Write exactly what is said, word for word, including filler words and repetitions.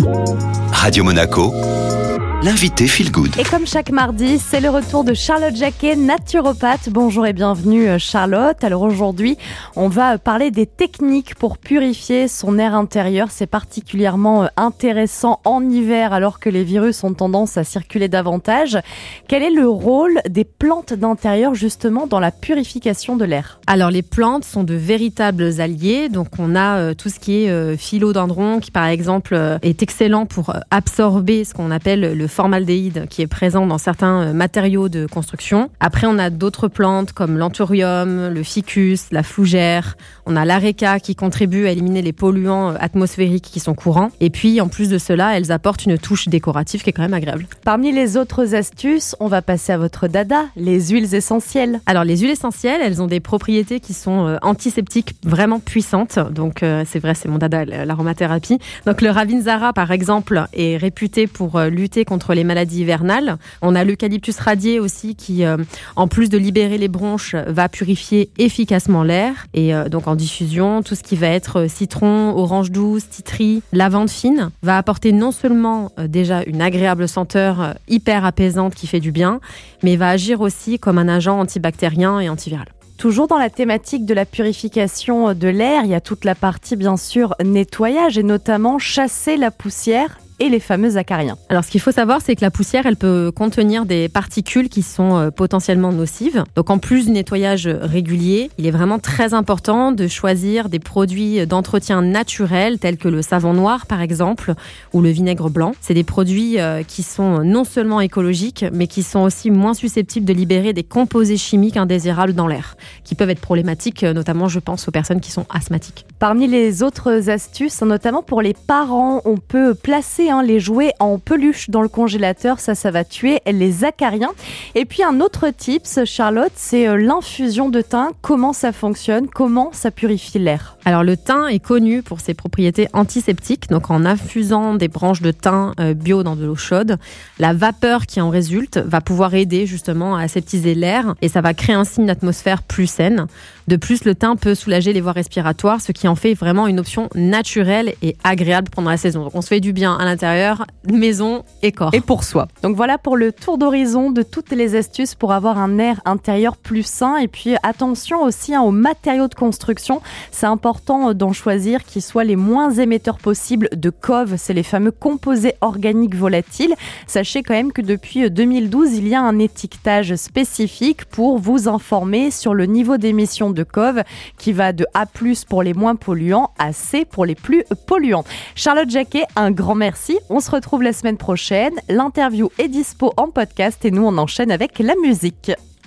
Radio Monaco, l'invité Feel Good. Et comme chaque mardi, c'est le retour de Charlotte Jacquet, naturopathe. Bonjour et bienvenue Charlotte. Alors aujourd'hui, on va parler des techniques pour purifier son air intérieur. C'est particulièrement intéressant en hiver alors que les virus ont tendance à circuler davantage. Quel est le rôle des plantes d'intérieur justement dans la purification de l'air ? Alors les plantes sont de véritables alliés. Donc on a euh, tout ce qui est euh, philodendron qui par exemple euh, est excellent pour euh, absorber ce qu'on appelle le formaldéhyde qui est présent dans certains matériaux de construction. Après, on a d'autres plantes comme l'anthurium, le ficus, la fougère. On a l'areca qui contribue à éliminer les polluants atmosphériques qui sont courants. Et puis, en plus de cela, elles apportent une touche décorative qui est quand même agréable. Parmi les autres astuces, on va passer à votre dada, les huiles essentielles. Alors, les huiles essentielles, elles ont des propriétés qui sont antiseptiques vraiment puissantes. Donc, euh, c'est vrai, c'est mon dada, l'aromathérapie. Donc, le ravinzara, par exemple, est réputé pour lutter contre contre les maladies hivernales. On a l'eucalyptus radié aussi qui, euh, en plus de libérer les bronches, va purifier efficacement l'air. Et euh, donc en diffusion, tout ce qui va être citron, orange douce, titri, lavande fine, va apporter non seulement euh, déjà une agréable senteur euh, hyper apaisante qui fait du bien, mais va agir aussi comme un agent antibactérien et antiviral. Toujours dans la thématique de la purification de l'air, il y a toute la partie bien sûr nettoyage et notamment chasser la poussière et les fameux acariens. Alors ce qu'il faut savoir, c'est que la poussière, elle peut contenir des particules qui sont euh, potentiellement nocives. Donc en plus du nettoyage régulier, il est vraiment très important de choisir des produits d'entretien naturels tels que le savon noir par exemple ou le vinaigre blanc. C'est des produits euh, qui sont non seulement écologiques mais qui sont aussi moins susceptibles de libérer des composés chimiques indésirables dans l'air qui peuvent être problématiques, notamment je pense aux personnes qui sont asthmatiques. Parmi les autres astuces, notamment pour les parents, on peut placer les jouets en peluche dans le congélateur, ça, ça va tuer les acariens. Et puis un autre tips, Charlotte, c'est l'infusion de thym. Comment ça fonctionne ? Comment ça purifie l'air ? Alors le thym est connu pour ses propriétés antiseptiques. Donc en infusant des branches de thym bio dans de l'eau chaude, la vapeur qui en résulte va pouvoir aider justement à aseptiser l'air et ça va créer ainsi une atmosphère plus saine. De plus, le thym peut soulager les voies respiratoires, ce qui en fait vraiment une option naturelle et agréable pendant la saison. Donc on se fait du bien à l'intérieur, maison et corps. Et pour soi. Donc voilà pour le tour d'horizon de toutes les astuces pour avoir un air intérieur plus sain. Et puis attention aussi hein, aux matériaux de construction. C'est important d'en choisir qui soient les moins émetteurs possibles de C O V. C'est les fameux composés organiques volatiles. Sachez quand même que depuis deux mille douze, il y a un étiquetage spécifique pour vous informer sur le niveau d'émission de de C O V qui va de A plus pour les moins polluants à C pour les plus polluants. Charlotte Jacquet, un grand merci. On se retrouve la semaine prochaine. L'interview est dispo en podcast et nous on enchaîne avec la musique.